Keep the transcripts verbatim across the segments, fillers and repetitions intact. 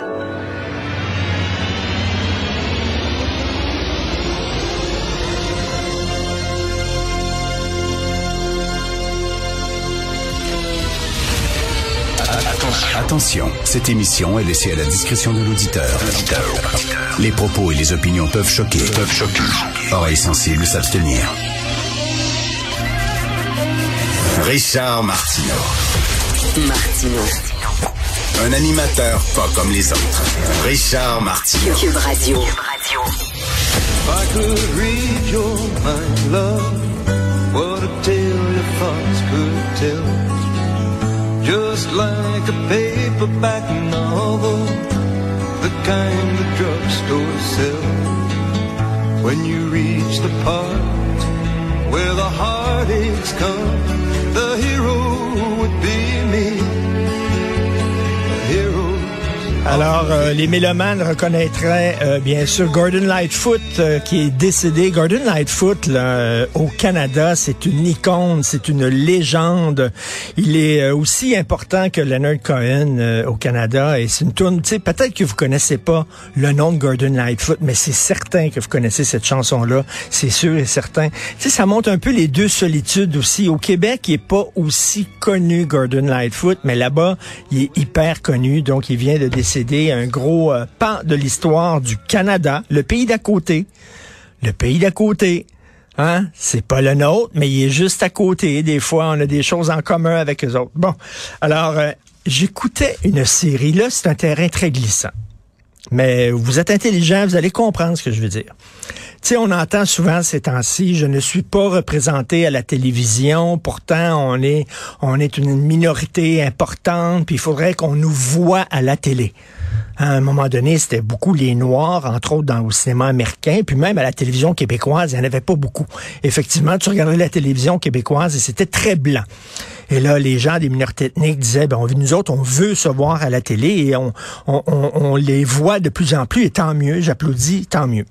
Attention, cette émission est laissée à la discrétion de l'auditeur. Les propos et les opinions peuvent choquer. Peuvent choquer. Oreilles sensibles s'abstenir. Richard Martineau. Martineau. Un animateur pas comme les autres. Richard Martineau. Cube Radio. I could read your mind, love. What a tale your thoughts could tell. Just like a paperback novel, the kind the drugstore sells. When you reach the part where the heartaches come, the hero would be me. The hero. Alors, euh, les mélomanes reconnaîtraient euh, bien sûr Gordon Lightfoot euh, qui est décédé. Gordon Lightfoot, là, euh, au Canada, c'est une icône, c'est une légende. Il est euh, aussi important que Leonard Cohen euh, au Canada. Et c'est une tourne, tu sais, peut-être que vous connaissez pas le nom de Gordon Lightfoot, mais c'est certain que vous connaissez cette chanson-là. C'est sûr et certain. Tu sais, ça montre un peu les deux solitudes aussi. Au Québec, il est pas aussi connu, Gordon Lightfoot, mais là-bas, il est hyper connu. Donc, il vient de décéder. Un gros euh, pan de l'histoire du Canada, le pays d'à côté. Le pays d'à côté. Hein? C'est pas le nôtre, mais il est juste à côté. Des fois, on a des choses en commun avec eux autres. Bon, alors, euh, j'écoutais une série. Là, c'est un terrain très glissant. Mais vous êtes intelligent, vous allez comprendre ce que je veux dire. Tu sais, on entend souvent ces temps-ci, je ne suis pas représenté à la télévision, pourtant on est on est une minorité importante, puis il faudrait qu'on nous voie à la télé. À un moment donné, c'était beaucoup les Noirs, entre autres dans le cinéma américain, puis même à la télévision québécoise, il n'y en avait pas beaucoup. Effectivement, tu regardais la télévision québécoise et c'était très blanc. Et là, les gens des minorités ethniques disaient, ben, on, nous autres, on veut se voir à la télé et on, on, on, on les voit de plus en plus, et tant mieux, j'applaudis, tant mieux.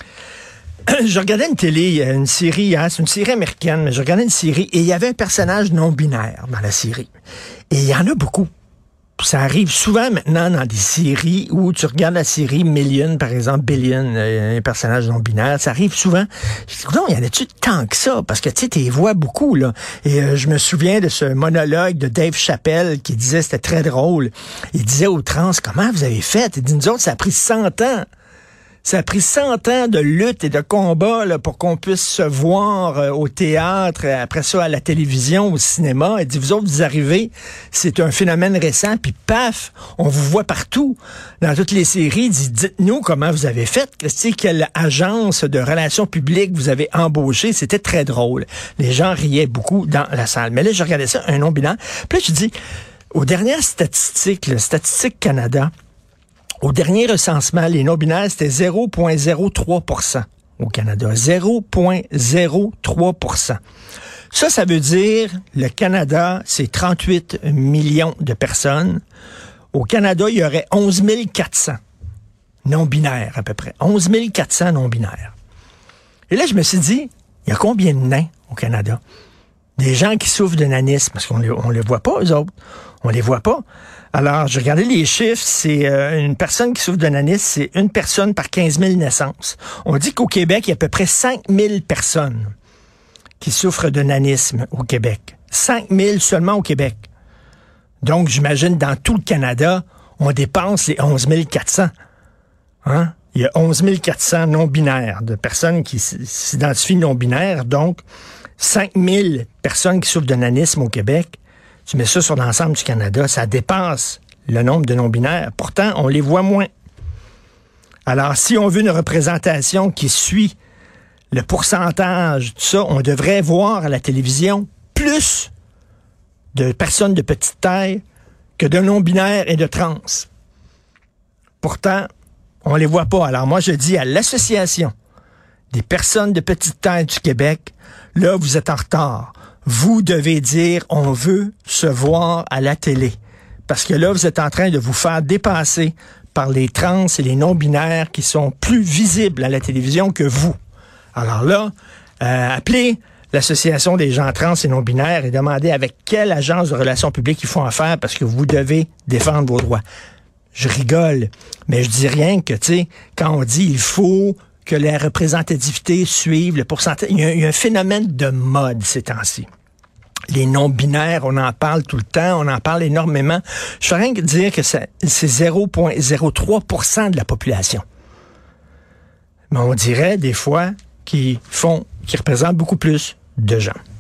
Je regardais une télé, une série, hein, c'est une série américaine, mais je regardais une série et il y avait un personnage non-binaire dans la série. Et il y en a beaucoup. Ça arrive souvent maintenant dans des séries où tu regardes la série Million, par exemple, Billion, euh, un personnage non-binaire. Ça arrive souvent. Je dis, non, il y en a-tu tant que ça? Parce que, tu sais, tu les vois beaucoup, là. Et euh, je me souviens de ce monologue de Dave Chappelle qui disait, c'était très drôle. Il disait aux trans, comment vous avez fait? Il dit, nous autres, ça a pris cent ans. Ça a pris cent ans de lutte et de combat là, pour qu'on puisse se voir euh, au théâtre, après ça à la télévision, au cinéma. Il dit, vous autres, vous arrivez, c'est un phénomène récent, puis paf, on vous voit partout. Dans toutes les séries, il dit, dites-nous comment vous avez fait, quelle agence de relations publiques vous avez embauché. C'était très drôle. Les gens riaient beaucoup dans la salle. Mais là, je regardais ça, un non-binaire. Puis là, je dis, aux dernières statistiques, le Statistique Canada, au dernier recensement, les non-binaires, c'était zéro virgule zéro trois pour cent au Canada. zéro virgule zéro trois pour cent. Ça, ça veut dire, le Canada, c'est trente-huit millions de personnes. Au Canada, il y aurait onze mille quatre cents non-binaires, à peu près. onze mille quatre cents non-binaires. Et là, je me suis dit, il y a combien de nains au Canada? Des gens qui souffrent de nanisme, parce qu'on ne les voit pas, eux autres. On les voit pas. Alors, je regardais les chiffres, c'est euh, une personne qui souffre de nanisme, c'est une personne par quinze mille naissances. On dit qu'au Québec, il y a à peu près cinq mille personnes qui souffrent de nanisme au Québec. cinq mille seulement au Québec. Donc, j'imagine, dans tout le Canada, on dépense les onze mille quatre cents. Hein? Il y a onze mille quatre cents non-binaires, de personnes qui s'identifient non-binaires. Donc, cinq mille personnes qui souffrent de nanisme au Québec. Tu mets ça sur l'ensemble du Canada, ça dépasse le nombre de non-binaires. Pourtant, on les voit moins. Alors, si on veut une représentation qui suit le pourcentage, tout ça, on devrait voir à la télévision plus de personnes de petite taille que de non-binaires et de trans. Pourtant, on les voit pas. Alors moi, je dis à l'Association des personnes de petite taille du Québec, là, vous êtes en retard. Vous devez dire, on veut se voir à la télé. Parce que là, vous êtes en train de vous faire dépasser par les trans et les non-binaires qui sont plus visibles à la télévision que vous. Alors là, euh, appelez l'Association des gens trans et non-binaires et demandez avec quelle agence de relations publiques ils font affaire parce que vous devez défendre vos droits. je rigole, mais je dis rien que, tu sais, quand on dit il faut que la représentativité suive le pourcentage, il y a, il y a un phénomène de mode ces temps-ci. Les non-binaires, on en parle tout le temps, on en parle énormément. Je fais rien que dire que ça, c'est zéro virgule zéro trois pour cent de la population. Mais on dirait des fois qu'ils font, qu'ils représentent beaucoup plus de gens.